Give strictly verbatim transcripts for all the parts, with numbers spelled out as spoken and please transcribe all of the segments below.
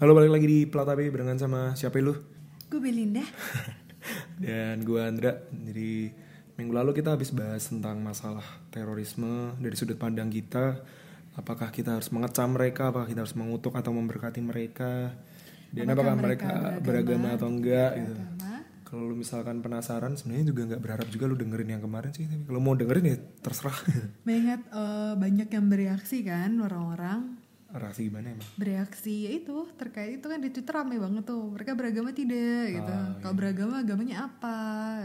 Halo, balik lagi di Platabe barengan sama siapa lu? Gue Belinda. Dan gue Andra. Jadi minggu lalu kita habis bahas tentang masalah terorisme dari sudut pandang kita. Apakah kita harus mengecam mereka, apakah kita harus mengutuk atau memberkati mereka, dan apakah, apakah mereka, mereka beragama, beragama atau enggak gitu. Kalau lu misalkan penasaran, sebenarnya juga nggak berharap juga lu dengerin yang kemarin sih. Tapi kalau mau dengerin ya terserah. Mengingat uh, banyak yang bereaksi kan orang-orang. Reaksi gimana emang? Bereaksi ya itu terkait itu kan di Twitter rame banget tuh. Mereka beragama tidak gitu. Ah, kalau iya. Beragama agamanya apa?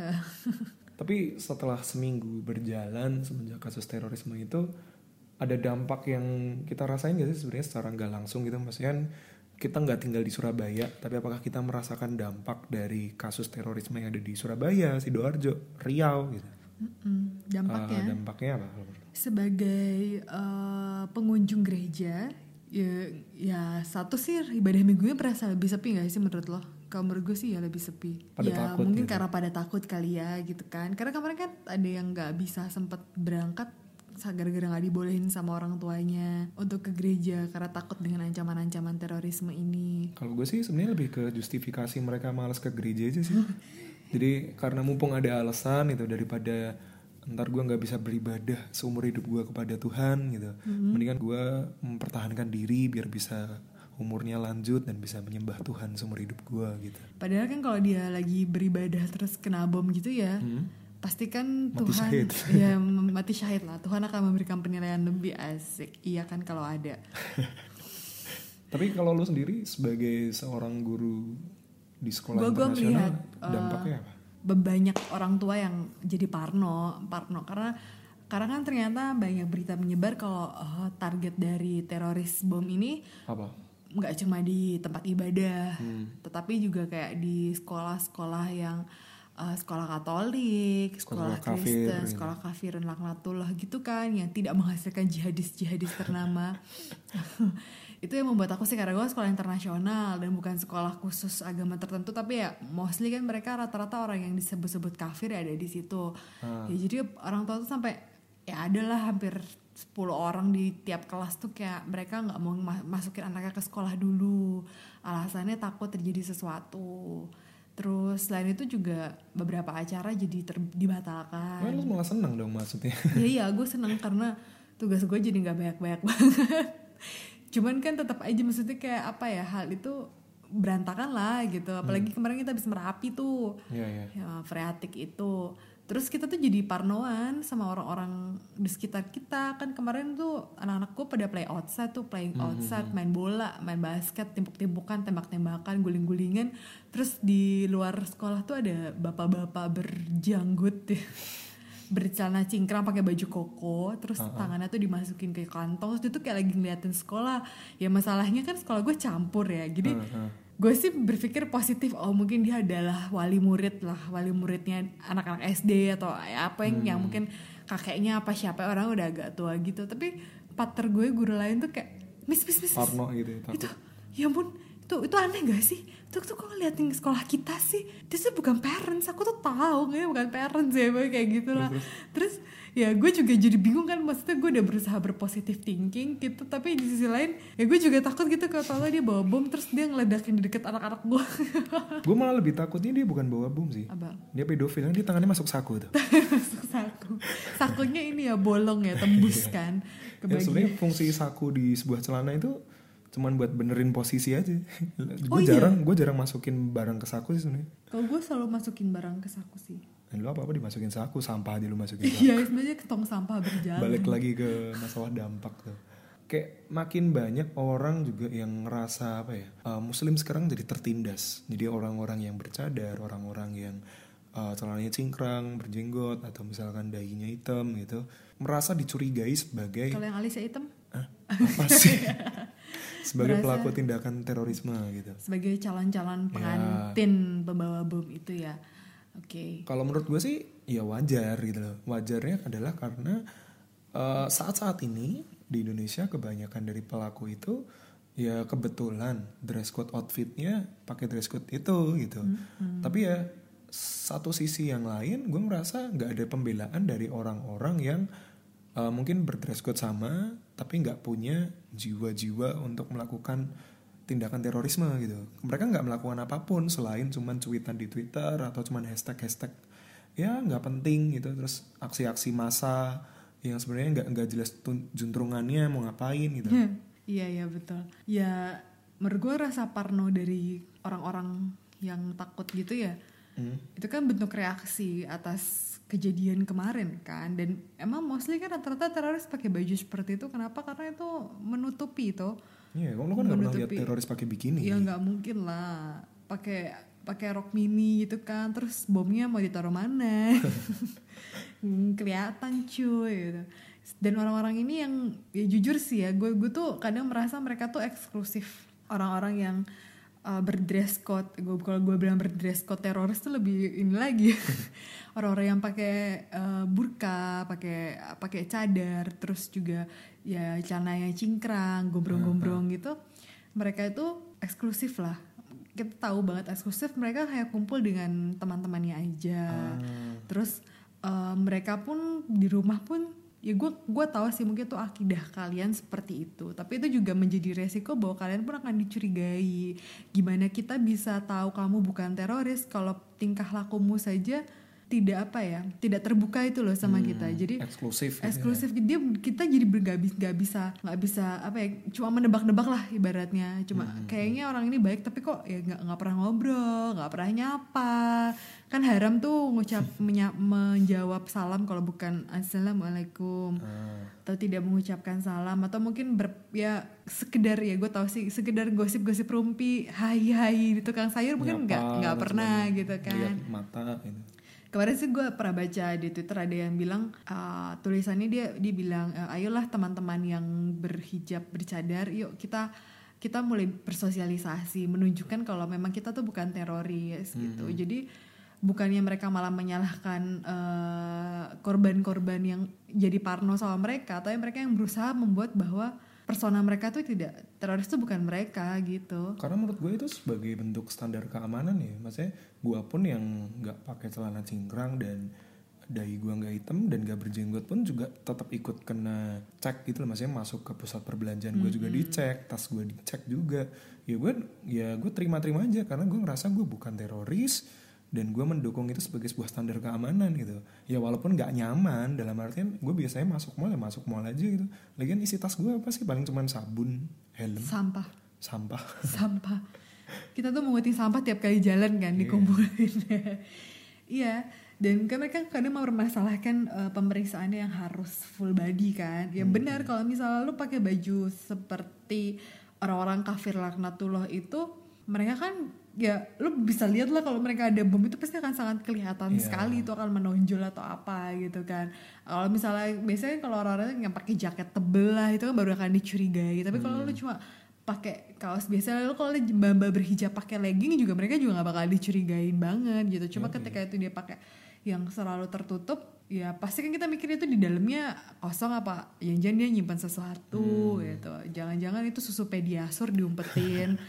Tapi setelah seminggu berjalan semenjak kasus terorisme itu, ada dampak yang kita rasain gak sih sebenarnya secara nggak langsung gitu? Maksudnya kan kita nggak tinggal di Surabaya, tapi apakah kita merasakan dampak dari kasus terorisme yang ada di Surabaya, Sidoarjo, Riau gitu? Mm-mm. Dampaknya? Uh, dampaknya apa? Sebagai uh, pengunjung gereja, ya, ya satu sih ibadah minggunya berasa lebih sepi nggak sih menurut lo? Kalau menurut gue sih ya lebih sepi. Pada ya takut mungkin gitu. Karena pada takut kali ya gitu kan. Karena kemarin kan ada yang nggak bisa sempet berangkat gara-gara gak dibolehin sama orang tuanya untuk ke gereja karena takut dengan ancaman-ancaman terorisme ini. Kalau gue sih sebenarnya lebih ke justifikasi mereka malas ke gereja aja sih. Jadi karena mumpung ada alasan itu, daripada ntar gue gak bisa beribadah seumur hidup gue kepada Tuhan gitu, mm-hmm. mendingan gue mempertahankan diri biar bisa umurnya lanjut dan bisa menyembah Tuhan seumur hidup gue gitu. Padahal kan kalau dia lagi beribadah terus kena bom gitu ya, hmm? pasti kan mati Tuhan syahid. Ya mati syahid lah. Tuhan akan memberikan penilaian lebih asik. Iya kan kalau ada. Tapi kalau lu sendiri sebagai seorang guru di sekolah gua, internasional, gua dampaknya uh, apa? Banyak orang tua yang jadi parno, parno karena karena kan ternyata banyak berita menyebar kalau uh, target dari teroris bom ini apa? Nggak cuma di tempat ibadah, hmm. tetapi juga kayak di sekolah-sekolah yang Uh, sekolah Katolik, sekolah, sekolah Kristen, kafir, sekolah kafir dan laknatullah gitu kan, yang tidak menghasilkan jihadis-jihadis ternama. Itu yang membuat aku sih, karena gue sekolah internasional dan bukan sekolah khusus agama tertentu, tapi ya mostly kan mereka rata-rata orang yang disebut-sebut kafir ya ada di situ. Ah. Ya, jadi orang tua tuh sampai ya adalah hampir sepuluh orang di tiap kelas tuh kayak mereka nggak mau masukin anaknya ke sekolah dulu, alasannya takut terjadi sesuatu. Terus selain itu juga beberapa acara jadi ter- dibatalkan. Wah, lu malah seneng dong maksudnya. Iya iya, gue seneng karena tugas gue jadi nggak banyak-banyak banget. Cuman kan tetap aja maksudnya kayak apa ya, hal itu berantakan lah gitu. Apalagi hmm. kemarin kita habis Merapi tuh, yeah, yeah. ya, freatik itu. Terus kita tuh jadi parnoan sama orang-orang di sekitar kita. Kan kemarin tuh anak-anak gue pada play outside tuh, playing mm-hmm. outside, main bola, main basket, timpuk-timpukan, tembak-tembakan, guling-gulingan. Terus di luar sekolah tuh ada bapak-bapak berjanggut bercelana cingkrang pakai baju koko, terus uh-huh. tangannya tuh dimasukin ke kantong. Terus dia tuh kayak lagi ngeliatin sekolah. Ya masalahnya kan sekolah gue campur ya, jadi uh-huh. gue sih berpikir positif, oh mungkin dia adalah wali murid lah, wali muridnya anak-anak S D atau apa yang, hmm. yang mungkin kakeknya apa siapa orang udah agak tua gitu. Tapi pater gue guru lain tuh kayak miss miss miss, Parno gitu ya, itu ya ampun, itu itu aneh gak sih? Tuh tuh kok ngeliatin sekolah kita sih, dia tuh bukan parents, aku tuh tahu kayaknya bukan parents ya, kayak gitu lah. Terus, terus ya gue juga jadi bingung kan, maksudnya gue udah berusaha berpositif thinking gitu, tapi di sisi lain ya gue juga takut gitu kalau tahu dia bawa bom terus dia ngeledakin di deket anak-anak gue. Gue malah lebih takutnya dia bukan bawa bom sih. Apa? Dia pedofil, dia tangannya masuk saku tuh. Masuk saku, sakunya ini ya bolong ya, tembus kan ke ya, sebenarnya fungsi saku di sebuah celana itu cuman buat benerin posisi aja. Gue oh, jarang, iya? gue jarang masukin barang ke saku sih sebenarnya. Kalau gue selalu masukin barang ke saku sih. Dan lu apa-apa dimasukin saku, sampah aja lu masukin saku. Iya, sebenarnya ke tong sampah berjalan. Balik lagi ke masalah dampak tuh. Kayak makin banyak orang juga yang ngerasa apa ya, uh, Muslim sekarang jadi tertindas. Jadi orang-orang yang bercadar, orang-orang yang uh, celananya cingkrang, berjenggot, atau misalkan dahinya hitam gitu, merasa dicurigai sebagai... Kalau yang alisnya hitam? Hah? Apa sih? Sebagai merasa pelaku tindakan terorisme gitu. Sebagai calon-calon pengantin ya. Pembawa bom itu ya. Oke. Okay. Kalau menurut gue sih ya wajar gitu loh. Wajarnya adalah karena uh, saat-saat ini di Indonesia kebanyakan dari pelaku itu ya kebetulan dress code outfitnya pakai dress code itu gitu. Mm-hmm. Tapi ya satu sisi yang lain gue merasa nggak ada pembelaan dari orang-orang yang uh, mungkin berdress code sama tapi nggak punya jiwa-jiwa untuk melakukan tindakan terorisme gitu. Mereka nggak melakukan apapun selain cuman cuitan di Twitter atau cuman hashtag-hashtag ya nggak penting gitu, terus aksi-aksi massa yang sebenarnya nggak nggak jelas juntrungannya mau ngapain gitu. Iya iya betul. Ya menurut gue rasa parno dari orang-orang yang takut gitu ya, hmm. itu kan bentuk reaksi atas kejadian kemarin kan, dan emang mostly kan rata-rata teroris pakai baju seperti itu. Kenapa? Karena itu menutupi itu. Iya, yeah, lo kan nggak pernah lihat teroris pakai bikini. Ya nggak mungkin lah, pakai pakai rok mini gitu kan, terus bomnya mau ditaruh mana? Kelihatan cuy gitu. Dan orang-orang ini yang ya jujur sih ya, gue gue tuh kadang merasa mereka tuh eksklusif. Orang-orang yang uh, berdress code, gue kalau gue bilang berdress code teroris tuh lebih ini lagi. Orang-orang yang pakai uh, burka, pakai pakai cadar, terus juga ya celananya cingkrang, gombrong-gombrong gitu. Mereka itu eksklusif lah. Kita tahu banget eksklusif, mereka kayak kumpul dengan teman-temannya aja. Hmm. Terus uh, mereka pun di rumah pun ya gue gue tahu sih mungkin tuh akidah kalian seperti itu, tapi itu juga menjadi resiko bahwa kalian pun akan dicurigai. Gimana kita bisa tahu kamu bukan teroris kalau tingkah lakumu saja tidak apa ya, tidak terbuka itu loh sama hmm, kita. Jadi eksklusif eksklusif gitu ya. Dia kita jadi nggak nggak bisa nggak bisa apa ya, cuma menebak-nebak lah ibaratnya. Cuma hmm. kayaknya orang ini baik tapi kok ya nggak nggak pernah ngobrol, nggak pernah nyapa. Kan haram tuh ngucap menya, menjawab salam kalau bukan assalamualaikum, hmm. atau tidak mengucapkan salam, atau mungkin ber, ya sekedar ya gue tahu sih sekedar gosip-gosip rumpi hai hai di tukang sayur mungkin nggak nggak pernah gitu kan. Lihat mata gitu. Kemarin sih gue pernah baca di Twitter ada yang bilang uh, tulisannya dia dia bilang uh, ayolah teman-teman yang berhijab bercadar, yuk kita kita mulai bersosialisasi menunjukkan kalau memang kita tuh bukan teroris hmm. gitu. Jadi bukannya mereka malah menyalahkan uh, korban-korban yang jadi parno sama mereka, tapi mereka yang berusaha membuat bahwa persona mereka tuh tidak, teroris tuh bukan mereka gitu. Karena menurut gue itu sebagai bentuk standar keamanan ya. Maksudnya gue pun yang gak pakai celana cingkrang dan dahi gue gak hitam dan gak berjenggot pun juga tetap ikut kena cek gitu loh. Maksudnya masuk ke pusat perbelanjaan gue mm-hmm. juga dicek, tas gue dicek juga. Ya gue ya gue terima-terima aja karena gue ngerasa gue bukan teroris dan gue mendukung itu sebagai sebuah standar keamanan gitu. Ya walaupun gak nyaman, dalam artian gue biasanya masuk mall ya masuk mall aja gitu. Lagian isi tas gue apa sih, paling cuman sabun, helm, sampah sampah sampah. Kita tuh mengutin sampah tiap kali jalan kan, yeah. dikumpulin. Iya. Dan kan mereka kadang mau mempermasalahkan uh, pemeriksaannya yang harus full body kan. Ya hmm. benar, kalau misalnya lu pakai baju seperti orang-orang kafir laknatullah itu, mereka kan ya lu bisa lihat lah kalau mereka ada bom itu pasti akan sangat kelihatan yeah. sekali, itu akan menonjol atau apa gitu kan. Kalau misalnya biasanya kalau orang-orang yang pakai jaket tebel lah itu kan baru akan dicurigai. Tapi kalau hmm. lu cuma pakai kaos biasa, lu kalau mbak-mbak berhijab pakai legging juga mereka juga nggak bakal dicurigain banget gitu. Cuma yeah, ketika yeah. itu dia pakai yang selalu tertutup, ya pasti kan kita mikirnya itu di dalamnya kosong apa, yang jangan dia nyimpan sesuatu hmm. gitu. Jangan-jangan itu susu pediasur diumpetin.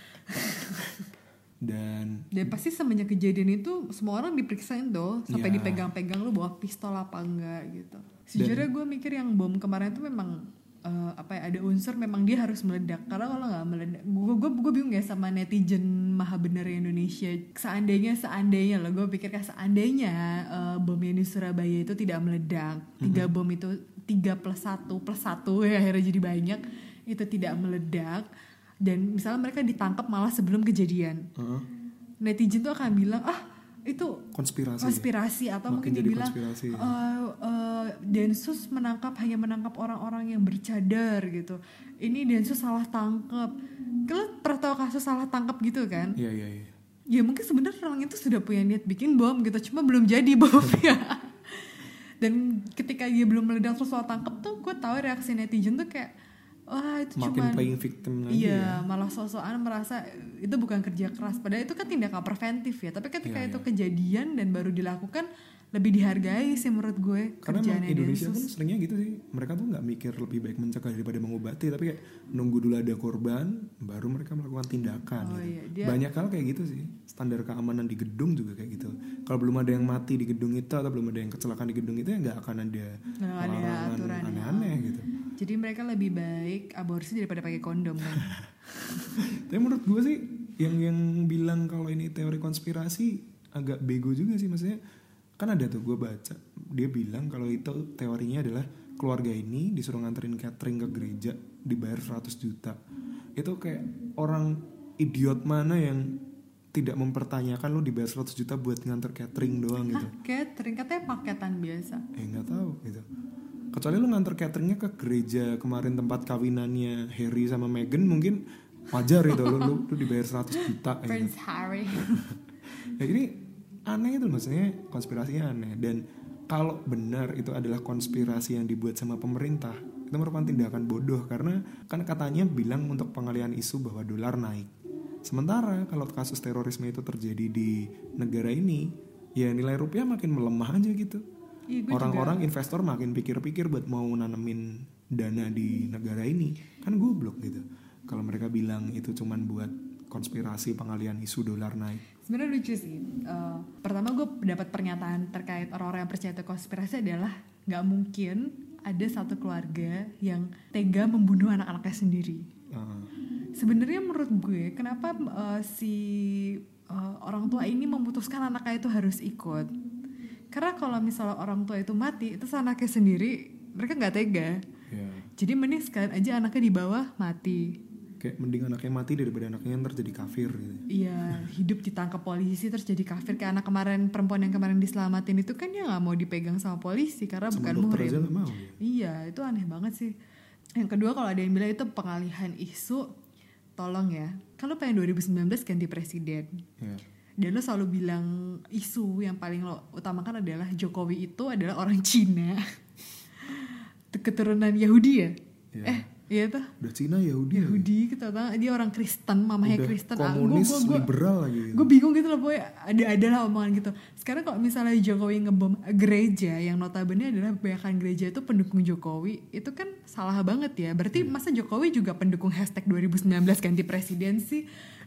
Dan dan pasti semenjak kejadian itu semua orang diperiksain tuh sampai yeah. dipegang-pegang lu bawa pistol apa enggak gitu. Sejujurnya gue mikir yang bom kemarin itu memang uh, apa ya, ada unsur memang dia harus meledak, karena kalau nggak meledak gue gue gue bingung ya sama netizen maha benar Indonesia. Seandainya seandainya loh, gue pikir kan seandainya uh, bom yang di Surabaya itu tidak meledak, tiga mm-hmm. bom itu tiga plus satu plus satu ya akhirnya jadi banyak, itu tidak meledak dan misalnya mereka ditangkap malah sebelum kejadian, uh-huh. netizen tuh akan bilang ah itu konspirasi, konspirasi atau makin mungkin dibilang uh, uh, Densus menangkap hanya menangkap orang-orang yang bercadar gitu. Ini Densus salah tangkap. Kalian pernah tahu kasus salah tangkap gitu kan? Iya iya iya. Ya mungkin sebenarnya orang itu sudah punya niat bikin bom gitu, cuma belum jadi bomnya. Dan ketika dia belum meledak terus salah tangkap tuh, gue tahu reaksi netizen tuh kayak wah itu makin cuman playing victim lagi iya, ya. malah so-soan merasa itu bukan kerja keras, padahal itu kan tindakan preventif ya. Tapi ketika iya, itu iya. kejadian dan baru dilakukan, lebih dihargai sih menurut gue. Karena emang Indonesia pun seringnya gitu sih, mereka tuh nggak mikir lebih baik mencegah daripada mengobati, tapi kayak nunggu dulu ada korban baru mereka melakukan tindakan oh, gitu. Iya, dia... banyak hal kayak gitu sih. Standar keamanan di gedung juga kayak gitu. Kalau belum ada yang mati di gedung itu atau belum ada yang kecelakaan di gedung itu ya nggak akan ada larangan aneh-aneh gitu. Jadi mereka lebih baik aborsi daripada pakai kondom kan. Tapi menurut gue sih yang yang bilang kalau ini teori konspirasi agak bego juga sih. Maksudnya kan ada tuh gue baca, dia bilang kalau itu teorinya adalah keluarga ini disuruh nganterin catering ke gereja dibayar seratus juta. Itu kayak orang idiot mana yang tidak mempertanyakan lu dibayar seratus juta buat nganter catering doang gitu. Hah, catering katanya paketan biasa. Eh nggak tahu gitu. Kecuali lu nganter cateringnya ke gereja kemarin tempat kawinannya Harry sama Meghan, mungkin wajar itu lu, lu, lu dibayar seratus juta. Prince gitu. Harry. Nah ini aneh itu, maksudnya konspirasinya aneh. Dan kalau benar itu adalah konspirasi yang dibuat sama pemerintah, itu merupakan tindakan bodoh. Karena kan katanya bilang untuk pengalihan isu bahwa dolar naik. Sementara kalau kasus terorisme itu terjadi di negara ini, ya nilai rupiah makin melemah aja gitu. Iya, Orang-orang juga. investor makin pikir-pikir buat mau nanemin dana di negara ini. Kan goblok gitu kalau mereka bilang itu cuman buat konspirasi pengalihan isu dolar naik. Sebenarnya lucu sih. Uh, pertama gue dapat pernyataan terkait orang-orang yang percaya itu konspirasi adalah nggak mungkin ada satu keluarga yang tega membunuh anak-anaknya sendiri. Uh. Sebenarnya menurut gue kenapa uh, si uh, orang tua ini memutuskan anaknya itu harus ikut? Karena kalau misalnya orang tua itu mati, itu anaknya sendiri mereka nggak tega. Yeah. Jadi mending sekalian aja anaknya di bawah mati. Kayak mending anaknya mati daripada anaknya ntar jadi kafir gitu. Iya, hidup ditangkap polisi terus jadi kafir. Kayak anak kemarin, perempuan yang kemarin diselamatin itu kan dia gak mau dipegang sama polisi karena sama bukan dokter muhrim. aja gak mau, ya? Iya, itu aneh banget sih. Yang kedua kalau ada yang bilang itu pengalihan isu, tolong ya, kalau pengen dua ribu sembilan belas ganti presiden, yeah. dan lo selalu bilang isu yang paling lo utamakan adalah Jokowi itu adalah orang Cina, keturunan Yahudi ya? Yeah. Eh, iya tuh. Udah Cina Yahudi. Yahudi kita tahu dia orang Kristen, mamanya udah Kristen. komunis, ah, gua, gua, gua, liberal lagi. Gitu. Gue bingung gitu loh, boy. Ada ada lah omongan gitu. Sekarang kalau misalnya Jokowi ngebom gereja yang notabene adalah kebanyakan gereja itu pendukung Jokowi, itu kan salah banget ya. Berarti hmm. masa Jokowi juga pendukung hashtag dua ribu sembilan belas ganti presiden sih?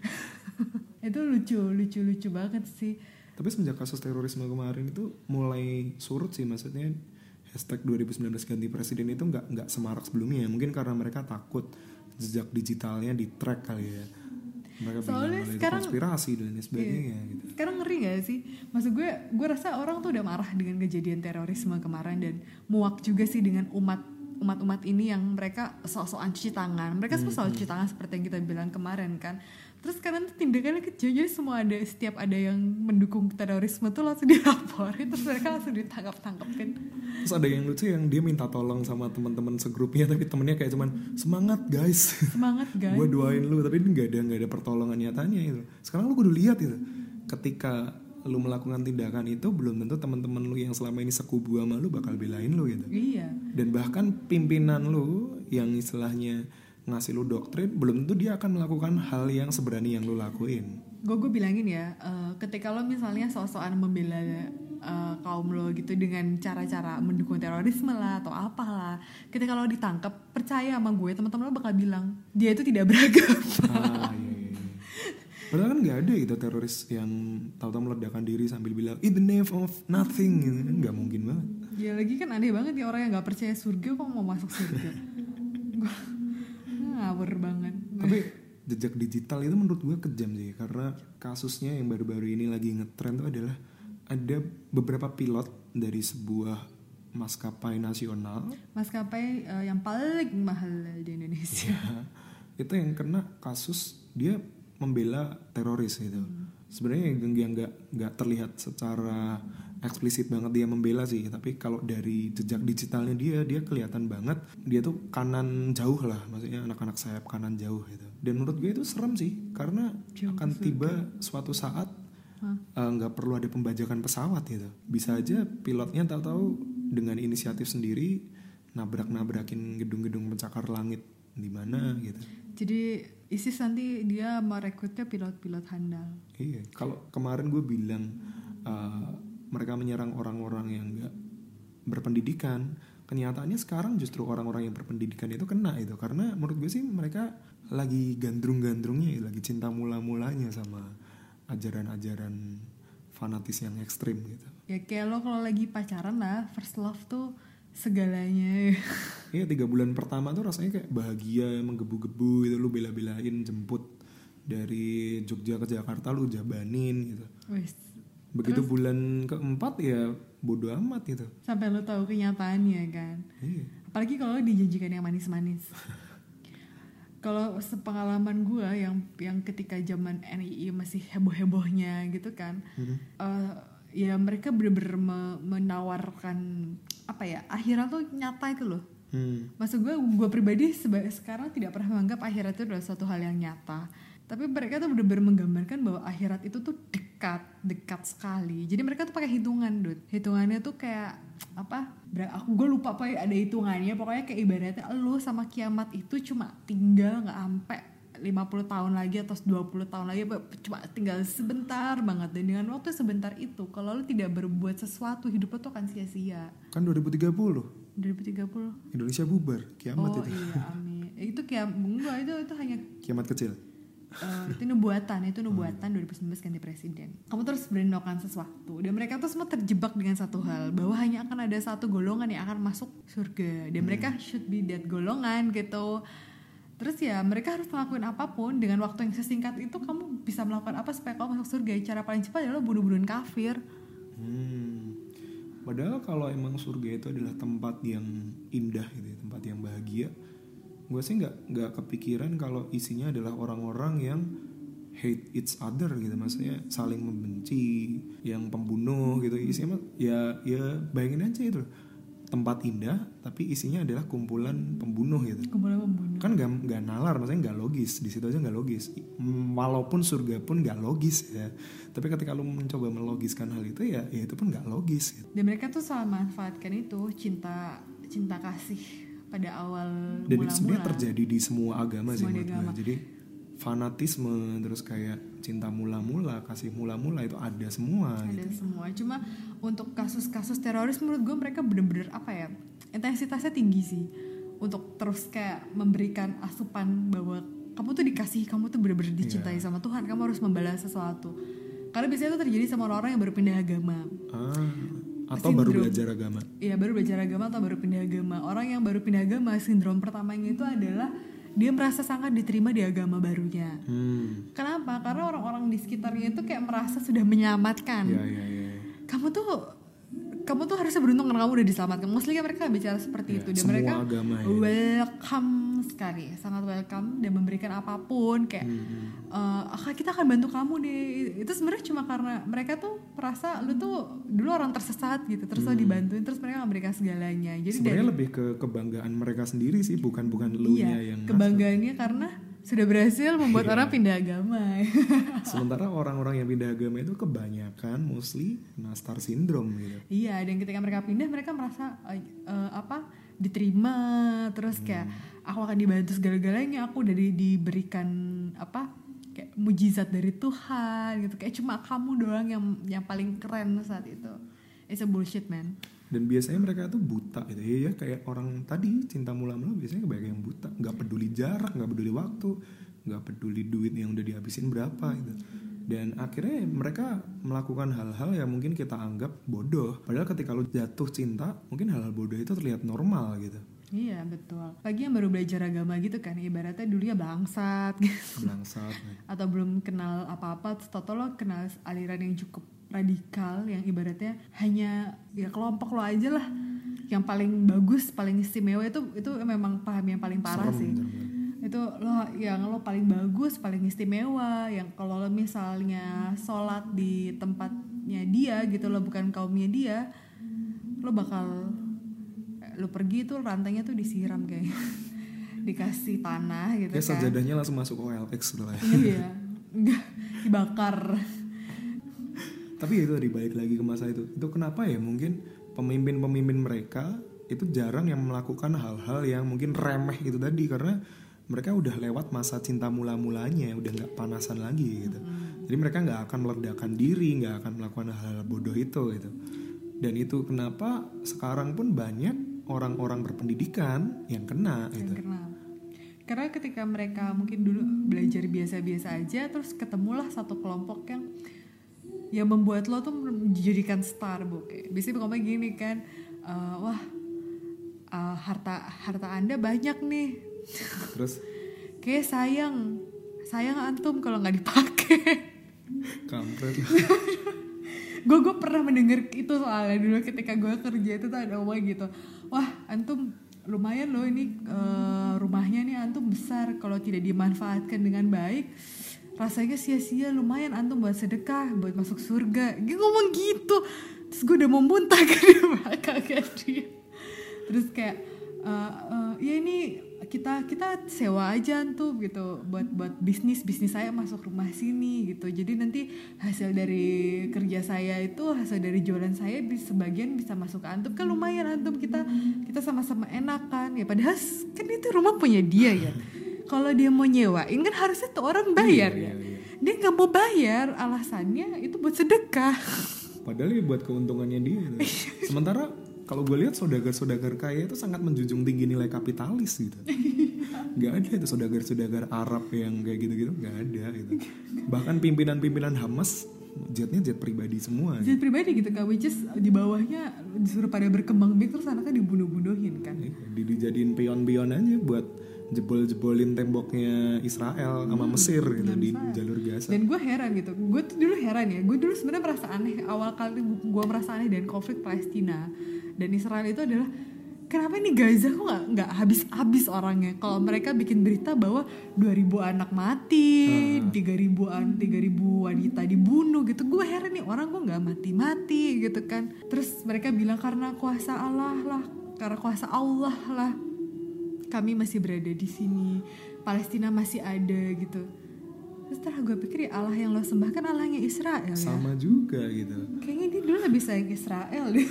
Itu lucu, lucu, lucu banget sih. Tapi semenjak kasus terorisme kemarin itu mulai surut sih, maksudnya hashtag dua ribu sembilan belas ganti presiden itu nggak nggak semarak sebelumnya. Mungkin karena mereka takut jejak digitalnya di track kali ya. Mereka soalnya bilang sekarang itu konspirasi dan sebagainya. Iya. Gitu. Sekarang ngeri gak sih? Maksud gue, gue rasa orang tuh udah marah dengan kejadian terorisme kemarin dan muak juga sih dengan umat umat-umat ini yang mereka sok-sokan cuci tangan. Mereka semua selalu cuci tangan seperti yang kita bilang kemarin kan. Terus sekarang tuh tindakannya kecil, jadi semua ada, setiap ada yang mendukung terorisme tuh langsung dilaporin, terus mereka langsung ditangkap-tangkapin. Terus ada yang lucu yang dia minta tolong sama teman-teman segrupnya, tapi temennya kayak cuman semangat guys, semangat guys, gue doain lu, tapi nggak ada nggak ada pertolongan nyatanya itu. Sekarang lu kudu lihat itu, ketika lu melakukan tindakan itu belum tentu teman-teman lu yang selama ini sekubu sama lu bakal belain lu gitu. Iya. Dan bahkan pimpinan lu yang istilahnya ngasih lu doktrin belum tentu dia akan melakukan hal yang seberani yang lu lakuin. Gue gue bilangin ya, uh, ketika lo misalnya sok-sokan membela uh, kaum lo gitu dengan cara-cara mendukung terorisme lah atau apalah, ketika lo ditangkap, percaya sama gue, teman-teman lo bakal bilang dia itu tidak beragama. Ah, iya, iya. Padahal kan nggak ada gitu teroris yang tahu-tahu meledakkan diri sambil bilang in the name of nothing gitu kan, nggak mungkin banget. Ya lagi kan aneh banget ya orang yang nggak percaya surga kok mau masuk surga. Gue ngawur banget. Tapi jejak digital itu menurut gue kejam sih, karena kasusnya yang baru-baru ini lagi ngetren tuh adalah ada beberapa pilot dari sebuah maskapai nasional, maskapai uh, yang paling mahal di Indonesia. Ya, itu yang kena kasus dia membela teroris gitu. Hmm. Sebenarnya yang nggak nggak terlihat secara eksplisit banget dia membela sih, tapi kalau dari jejak digitalnya dia dia kelihatan banget dia tuh kanan jauh lah, maksudnya anak-anak sayap kanan jauh gitu. Dan menurut gue itu serem sih, karena jauh akan surga. Tiba suatu saat nggak uh, perlu ada pembajakan pesawat gitu, bisa aja pilotnya tahu-tahu dengan inisiatif sendiri nabrak-nabrakin gedung-gedung pencakar langit di mana gitu. Jadi ISIS nanti dia merekrutnya pilot-pilot handal. Iya, kalau kemarin gue bilang uh, mereka menyerang orang-orang yang nggak berpendidikan, kenyataannya sekarang justru orang-orang yang berpendidikan itu kena itu, karena menurut gue sih mereka lagi gandrung-gandrungnya, lagi cinta mula-mulanya sama ajaran-ajaran fanatis yang ekstrim gitu. Ya kayak lo kalau lagi pacaran lah, first love tuh segalanya. Iya, tiga bulan pertama tuh rasanya kayak bahagia, menggebu-gebu gitu, lu bela-belain jemput dari Jogja ke Jakarta, lu jabanin gitu. Wis. Begitu Terus, bulan keempat ya bodo amat gitu. sampai lo tahu kenyataannya kan. Iya. Apalagi kalau lo dijanjikan yang manis-manis. Kalau sepengalaman gue yang yang ketika zaman N I I masih heboh-hebohnya gitu kan, Mm-hmm. uh, ya mereka bener-bener me- menawarkan apa ya, akhirat tuh nyata itu loh. Hmm. Maksud gue, gue pribadi seba- sekarang tidak pernah menganggap akhirat itu adalah suatu hal yang nyata. Tapi mereka tuh benar-benar menggambarkan bahwa akhirat itu tuh dekat, dekat sekali. Jadi mereka tuh pakai hitungan, Dut. Hitungannya tuh kayak apa? Ber- Aku gue lupa apa ya, ada hitungannya. Pokoknya kayak ibaratnya lu sama kiamat itu cuma tinggal nggak sampai lima puluh tahun lagi atau dua puluh tahun lagi, cuma tinggal sebentar banget. Dan dengan waktu sebentar itu, kalau lu tidak berbuat sesuatu, hidup lu tuh akan sia-sia. Kan dua ribu tiga puluh dua ribu tiga puluh Indonesia bubar, kiamat Oh itu. iya, amin. Eh, Itu kiamat enggak, itu itu hanya Kiamat kecil. uh, itu nubuatan, itu nubuatan dua ribu sembilan belas ganti presiden. Kamu terus berani melakukan sesuatu dan mereka tuh semua terjebak dengan satu hal, bahwa hanya akan ada satu golongan yang akan masuk surga dan mereka should be that golongan gitu. Terus ya mereka harus melakukan apapun dengan waktu yang sesingkat itu. Kamu bisa melakukan apa supaya kamu masuk surga? Cara paling cepat adalah bunuh-bunuhin kafir. Hmm. Padahal kalau emang surga itu adalah tempat yang indah gitu ya, tempat yang bahagia, gue sih nggak nggak kepikiran kalau isinya adalah orang-orang yang hate each other gitu, maksudnya saling membenci, yang pembunuh gitu. Isinya ya ya bayangin aja itu tempat indah tapi isinya adalah kumpulan pembunuh gitu. Kumpulan pembunuh. Kan nggak nggak nalar, maksudnya nggak logis, di situ aja nggak logis. Walaupun surga pun nggak logis ya, tapi ketika lu mencoba melogiskan hal itu ya, ya itu pun nggak logis gitu. Dan mereka tuh selalu manfaatkan itu cinta cinta kasih pada awal Dan itu mula-mula. sebenarnya terjadi di semua agama sih Semua menurut agama. gue. Jadi fanatisme, terus kayak cinta mula-mula, kasih mula-mula itu ada semua Ada gitu. semua. Cuma untuk kasus-kasus teroris menurut gue mereka bener-bener apa ya, intensitasnya tinggi sih untuk terus kayak memberikan asupan bahwa kamu tuh dikasih, kamu tuh bener-bener dicintai Yeah. sama Tuhan, kamu harus membalas sesuatu. Karena biasanya itu terjadi sama orang-orang yang baru pindah agama. Ah, atau baru Sindrom. belajar agama. Iya, baru belajar agama atau baru pindah agama. Orang yang baru pindah agama, sindrom pertamanya itu adalah dia merasa sangat diterima di agama barunya. Hmm. Kenapa? Karena orang-orang di sekitarnya itu kayak merasa sudah menyelamatkan. Ya ya ya. Kamu tuh kamu tuh harusnya beruntung karena kamu udah diselamatkan. Mostly kan mereka bicara seperti Ya, itu. Dan semua mereka agama ya. welcome sekali, sangat welcome dan memberikan apapun kayak Hmm. eh, kita akan bantu kamu deh. Itu sebenarnya cuma karena mereka tuh merasa lu tuh dulu orang tersesat gitu, terus lo dibantuin, terus mereka memberikan segalanya. Jadi Sebenarnya dari lebih ke kebanggaan mereka sendiri sih, bukan bukan elunya iya, yang kebanggaannya karena sudah berhasil membuat Iya. orang pindah agama. sementara orang-orang yang pindah agama itu kebanyakan mostly kena star syndrome gitu. Iya, dan ketika mereka pindah mereka merasa eh, eh, apa diterima, terus kayak aku akan dibantu segala-galanya, aku udah di- diberikan apa kayak mujizat dari Tuhan gitu, kayak cuma kamu doang yang yang paling keren saat itu. It's a bullshit, man. Dan biasanya mereka tuh buta gitu ya, ya kayak orang tadi cinta mula-mula biasanya kebanyakan yang buta, nggak peduli jarak, nggak peduli waktu, nggak peduli duit yang udah dihabisin berapa gitu. Dan akhirnya mereka melakukan hal-hal yang mungkin kita anggap bodoh, padahal ketika lu jatuh cinta mungkin hal-hal bodoh itu terlihat normal gitu. Iya, betul. Lagi yang baru belajar agama gitu kan, ibaratnya dulunya bangsat gitu. Bangsat. Atau belum kenal apa-apa, terus tau lo kenal aliran yang cukup radikal yang ibaratnya hanya ya kelompok lo aja lah yang paling bagus, paling istimewa. Itu itu memang paham yang paling parah Serem, sih. serem. Itu lo yang lo paling bagus, paling istimewa, yang kalau lo misalnya sholat di tempatnya dia gitu, lo bukan kaumnya dia, lo bakal lo pergi tuh rantainya tuh disiram kayak dikasih tanah gitu Kayak kan. sajadahnya langsung masuk O L X gitu lah ya. Iya, enggak dibakar. Tapi itu dibalik lagi ke masa itu. Itu kenapa ya mungkin pemimpin-pemimpin mereka itu jarang yang melakukan hal-hal yang mungkin remeh itu tadi, karena mereka udah lewat masa cinta mula-mulanya, udah nggak panasan lagi gitu. Jadi mereka nggak akan meledakkan diri, nggak akan melakukan hal-hal bodoh itu gitu. Dan itu kenapa sekarang pun banyak orang-orang berpendidikan yang kena gitu. Yang kenal. Karena ketika mereka mungkin dulu belajar biasa-biasa aja, terus ketemulah satu kelompok yang yang membuat lo tuh menjadikan star, Bu. Kayak biasanya ngomongnya gini kan, uh, wah uh, harta harta Anda banyak nih. Terus Kayak sayang, sayang antum kalau nggak dipakai. kampret. gue gue pernah mendengar itu soalnya dulu ketika gue kerja itu tuh ada omong gitu, wah antum lumayan loh ini uh, rumahnya nih antum besar, kalau tidak dimanfaatkan dengan baik rasanya sia-sia, lumayan antum buat sedekah, buat masuk surga. Dia ngomong gitu, terus gue udah mau muntah ke dia belakangnya dia. Terus kayak uh, uh, ya ini kita kita sewa aja tuh gitu buat buat bisnis bisnis saya masuk rumah sini gitu, jadi nanti hasil dari kerja saya itu, hasil dari jualan saya bisa sebagian bisa masuk ke antum, kan lumayan antum, kita kita sama-sama enak kan ya, padahal kan itu rumah punya dia ya. Kalau dia mau nyewain kan harusnya tuh orang bayar iya, ya. iya, iya. Dia nggak mau bayar, alasannya itu buat sedekah. Padahal ya buat keuntungannya dia. Sementara kalau gue lihat saudagar-saudagar kaya itu sangat menjunjung tinggi nilai kapitalis gitu. Gak ada itu saudagar-saudagar Arab yang kayak gitu-gitu, gak ada gitu. Bahkan pimpinan-pimpinan Hamas jetnya jet pribadi semua. Jet gitu. Pribadi gitu kan, which is di bawahnya disuruh pada berkembang biak, terus anaknya dibunuh-bunuhin kan. Di dijadiin pion-pion aja buat jebol-jebolin temboknya Israel sama hmm, Mesir gitu di Israel. Jalur Gaza. Dan gue heran gitu, gue tuh dulu heran ya, gue dulu sebenarnya merasa aneh, awal kali gue merasa aneh dengan konflik Palestina dan Israel itu adalah kenapa ini Gaza kok nggak nggak habis-habis orangnya. Kalau mereka bikin berita bahwa dua ribu anak mati, tiga ribuan tiga ribu wanita dibunuh gitu, gue heran nih orang kok nggak mati-mati gitu kan. Terus mereka bilang karena kuasa Allah lah, karena kuasa Allah lah kami masih berada di sini, Palestina masih ada gitu. Terus setelah gue pikir ya Allah yang lo sembah kan Allahnya Israel ya. Sama juga gitu. Kayaknya dia dulu lebih sayang Israel deh.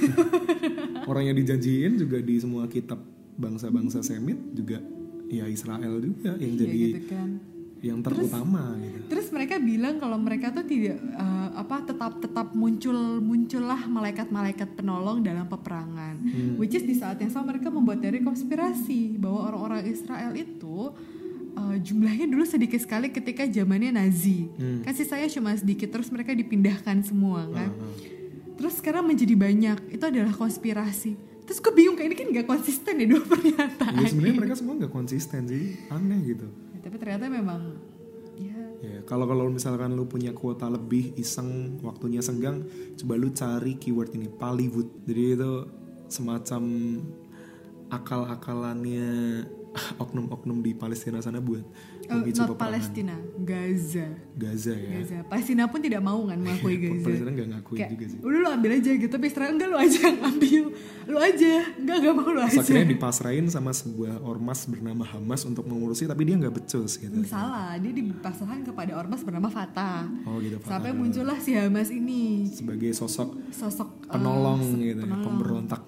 Orang yang dijanjiin juga di semua kitab bangsa-bangsa Semit juga ya Israel juga yang iya, jadi gitu kan. yang terutama terus, gitu. Terus mereka bilang kalau mereka tuh tidak uh, apa tetap tetap muncul muncullah malaikat-malaikat penolong dalam peperangan. Hmm. Which is di saat yang sama mereka membuat teori konspirasi bahwa orang-orang Israel itu uh, jumlahnya dulu sedikit sekali ketika zamannya Nazi. Hmm. Kan sisanya cuma sedikit, terus mereka dipindahkan semua kan. Uh-huh. Terus sekarang menjadi banyak. Itu adalah konspirasi. Terus gue bingung kayak ini kan gak konsisten ya dua pernyataan. Ya sebenarnya mereka semua gak konsisten sih, aneh gitu. Tapi ternyata memang ya. Ya kalau kalau misalkan lu punya kuota lebih, iseng, waktunya senggang, coba lu cari keyword ini Pallywood. Jadi itu semacam akal-akalannya oknum-oknum di Palestina sana buat memicu oh, peperangan. Palestina, Gaza. Gaza ya. Gaza. Palestina pun tidak mau kan mengakui Gaza. Palestina nggak ngakui kayak, juga sih. Udah lu ambil aja gitu, tapi Israel enggak, lu aja yang ambil, lu aja, enggak enggak mau lu aja. Akhirnya dipasrahin sama sebuah ormas bernama Hamas untuk mengurusi, tapi dia nggak becus gitu. Salah, dia dipasrahkan kepada ormas bernama Fatah. Oh gitu. Fatah. Sampai muncullah si Hamas ini sebagai sosok sosok penolong uh, gitu, penolong. pemberontak.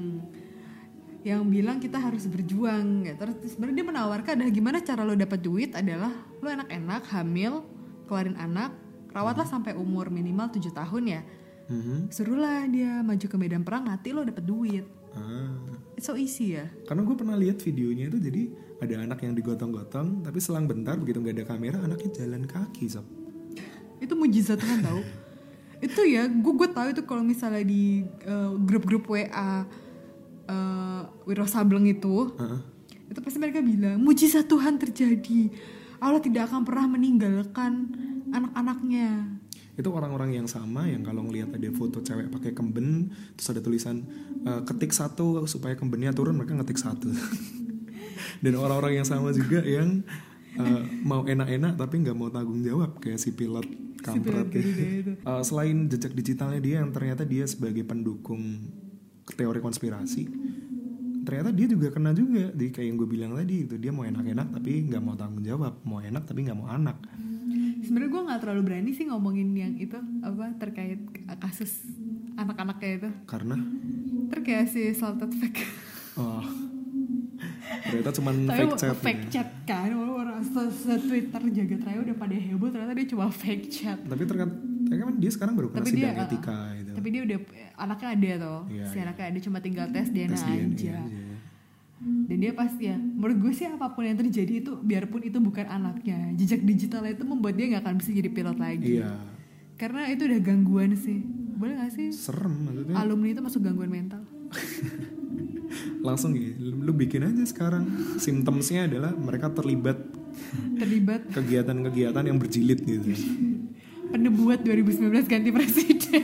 Yang bilang kita harus berjuang gitu. Terus sebenarnya dia menawarkan adalah gimana cara lo dapat duit adalah lo enak-enak hamil, keluarin anak, rawatlah hmm. sampai umur minimal tujuh tahun ya. Hmm. Suruhlah dia maju ke medan perang, mati lo dapat duit. Ah. It's so easy ya. Karena gue pernah lihat videonya itu, jadi ada anak yang digotong-gotong, tapi selang bentar begitu nggak ada kamera anaknya jalan kaki sob. Itu mujizat Tuhan tau. Itu ya, gue gue tahu itu kalau misalnya di uh, grup-grup W A Uh, Wiro Sableng itu uh-huh. itu pasti mereka bilang mujizat Tuhan terjadi, Allah tidak akan pernah meninggalkan anak-anaknya. Itu orang-orang yang sama yang kalau ngelihat ada foto cewek pakai kemben terus ada tulisan uh, ketik satu supaya kembennya turun, mereka ngetik satu. Dan orang-orang yang sama juga yang uh, mau enak-enak tapi nggak mau tanggung jawab kayak si pilot kampret. Si uh, selain jejak digitalnya dia yang ternyata dia sebagai pendukung teori konspirasi, ternyata dia juga kena juga di kayak yang gue bilang tadi itu, dia mau enak-enak tapi nggak mau tanggung jawab, mau enak tapi nggak mau anak. Sebenarnya gue nggak terlalu berani sih ngomongin yang itu apa terkait kasus anak-anaknya itu, karena terkait si salted fake. Oh, ternyata cuma fake chat. Fake ya. Chat kan, orang se-Twitter jagat raya udah pada heboh, ternyata dia cuma fake chat. Tapi ternyata kan dia sekarang baru kena sidang dia, etika uh, itu. Tapi dia udah anaknya ada tuh, ya, si anaknya ya. Ada, cuma tinggal tes D N A aja. aja. Dan dia pasti ya, menurut gue sih apapun yang terjadi itu, biarpun itu bukan anaknya, jejak digital itu membuat dia nggak akan bisa jadi pilot lagi. Iya. Karena itu udah gangguan sih, boleh nggak sih? Serem maksudnya. Alumni itu masuk gangguan mental. Langsung gitu, lu bikin aja sekarang. Symptomsnya adalah mereka terlibat terlibat kegiatan-kegiatan yang berjilid gitu. Pendebuat dua ribu sembilan belas ganti presiden.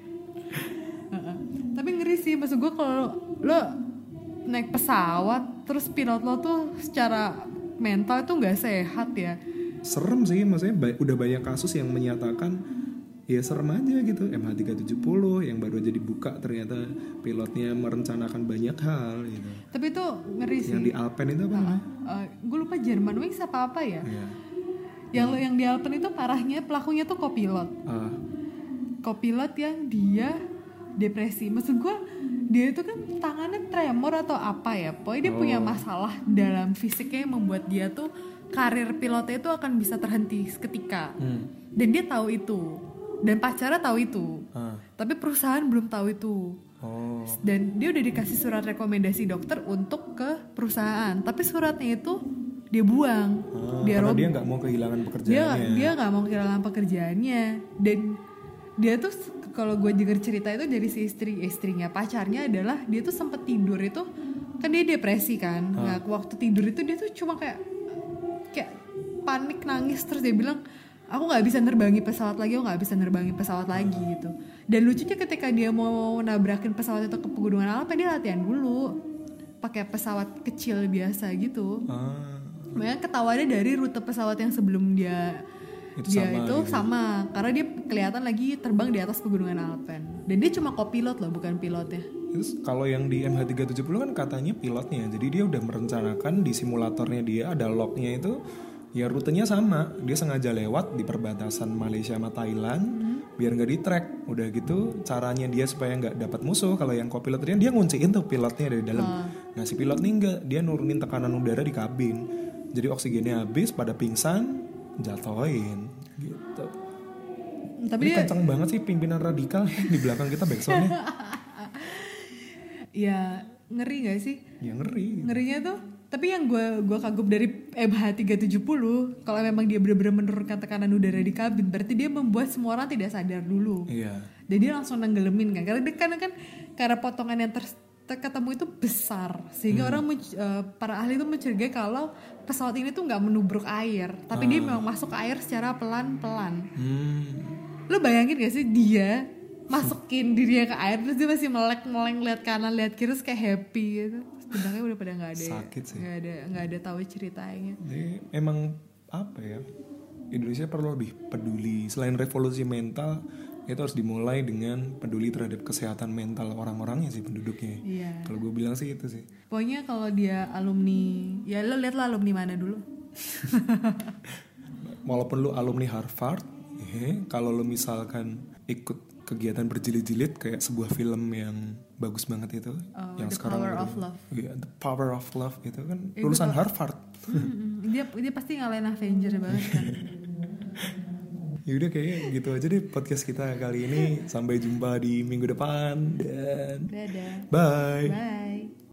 Tapi ngeri sih, maksud gue kalau lo naik pesawat terus pilot lo tuh secara mental itu nggak sehat ya. Serem sih, maksudnya ba- udah banyak kasus yang menyatakan ya serem aja gitu. M H tiga tujuh nol yang baru aja dibuka ternyata pilotnya merencanakan banyak hal gitu. Tapi itu ngeri sih. Yang di Alpen itu apa namanya? Uh, gue lupa Jerman Wings apa apa ya. Iya. Yang hmm. yang di Alpen itu parahnya pelakunya tuh kopilot. Ah. Kopilot yang dia depresi. Maksud gue dia itu kan tangannya tremor atau apa ya. Pokoknya dia oh. punya masalah dalam fisiknya yang membuat dia tuh karir pilotnya itu akan bisa terhenti seketika. Hmm. Dan dia tahu itu. Dan pacarnya tahu itu. Ah. Tapi perusahaan belum tahu itu. Oh. Dan dia udah dikasih surat rekomendasi dokter untuk ke perusahaan. Tapi suratnya itu dia buang. Ah, dia karena rob- dia nggak mau kehilangan pekerjaannya. Dia dia nggak mau kehilangan pekerjaannya. Dan dia tuh kalau gue dengar cerita itu dari si istri istrinya pacarnya adalah dia tuh sempet tidur itu kan dia depresi kan. Ah. Nah waktu tidur itu dia tuh cuma kayak kayak panik nangis terus dia bilang aku nggak bisa nerbangi pesawat lagi, aku nggak bisa nerbangi pesawat lagi gitu. Dan lucunya ketika dia mau nabrakin pesawat itu ke pegunungan Alpen dia latihan dulu pakai pesawat kecil biasa gitu. Ah. Makanya ketahuannya dari rute pesawat yang sebelum dia itu dia sama, itu gitu. Sama karena dia kelihatan lagi terbang di atas pegunungan Alpen. Dan dia cuma kopilot loh, bukan pilotnya. Terus kalau yang di M H tiga tujuh nol kan katanya pilotnya, jadi dia udah merencanakan di simulatornya dia ada lognya itu. Ya rutenya sama, dia sengaja lewat di perbatasan Malaysia sama Thailand hmm. biar nggak di track. Udah gitu caranya dia supaya nggak dapat musuh. Kalau yang kopilotnya dia ngunciin tuh pilotnya dari dalam. Hmm. Nah si pilot nih nggak, dia nurunin tekanan udara di kabin. Jadi oksigennya habis, pada pingsan, jatohin gitu. Tapi dia kenceng banget sih pimpinan radikal di belakang kita backsoundnya. Ya ngeri nggak sih? Ya ngeri. Ngerinya tuh. Tapi yang gue gue kagum dari M H tiga tujuh nol kalau memang dia benar-benar menurunkan tekanan udara di kabin berarti dia membuat semua orang tidak sadar dulu. Iya. Dan dia langsung nenggelemin kan karena dia kan kan karena potongan yang ter, ter ketemu itu besar sehingga hmm. orang uh, para ahli itu mencurigai kalau pesawat ini tuh nggak menubruk air tapi ah. dia memang masuk ke air secara pelan-pelan. Hmm. Lo bayangin gak sih dia masukin dirinya ke air terus dia masih melek-melek lihat kanan lihat kiri terus kayak happy gitu. Bentaknya udah pada nggak ada, sakit sih. Nggak ada nggak ada tahu ceritanya. Jadi emang apa ya? Indonesia perlu lebih peduli selain revolusi mental itu harus dimulai dengan peduli terhadap kesehatan mental orang-orangnya sih penduduknya. Iya. Kalau gue bilang sih itu sih. Pokoknya kalau dia alumni, ya lo lihat lah alumni mana dulu. Walaupun lo alumni Harvard, eh, kalau lo misalkan ikut kegiatan berjilid-jilid kayak sebuah film yang bagus banget itu oh, yang The sekarang Power of Love. Iya, The Power of Love itu kan itu lulusan Harvard. Mm-hmm. Dia dia pasti ngalahin Avenger banget kan. Ya udah kayaknya gitu aja deh podcast kita kali ini. Sampai jumpa di minggu depan dan dadah. Bye. Bye.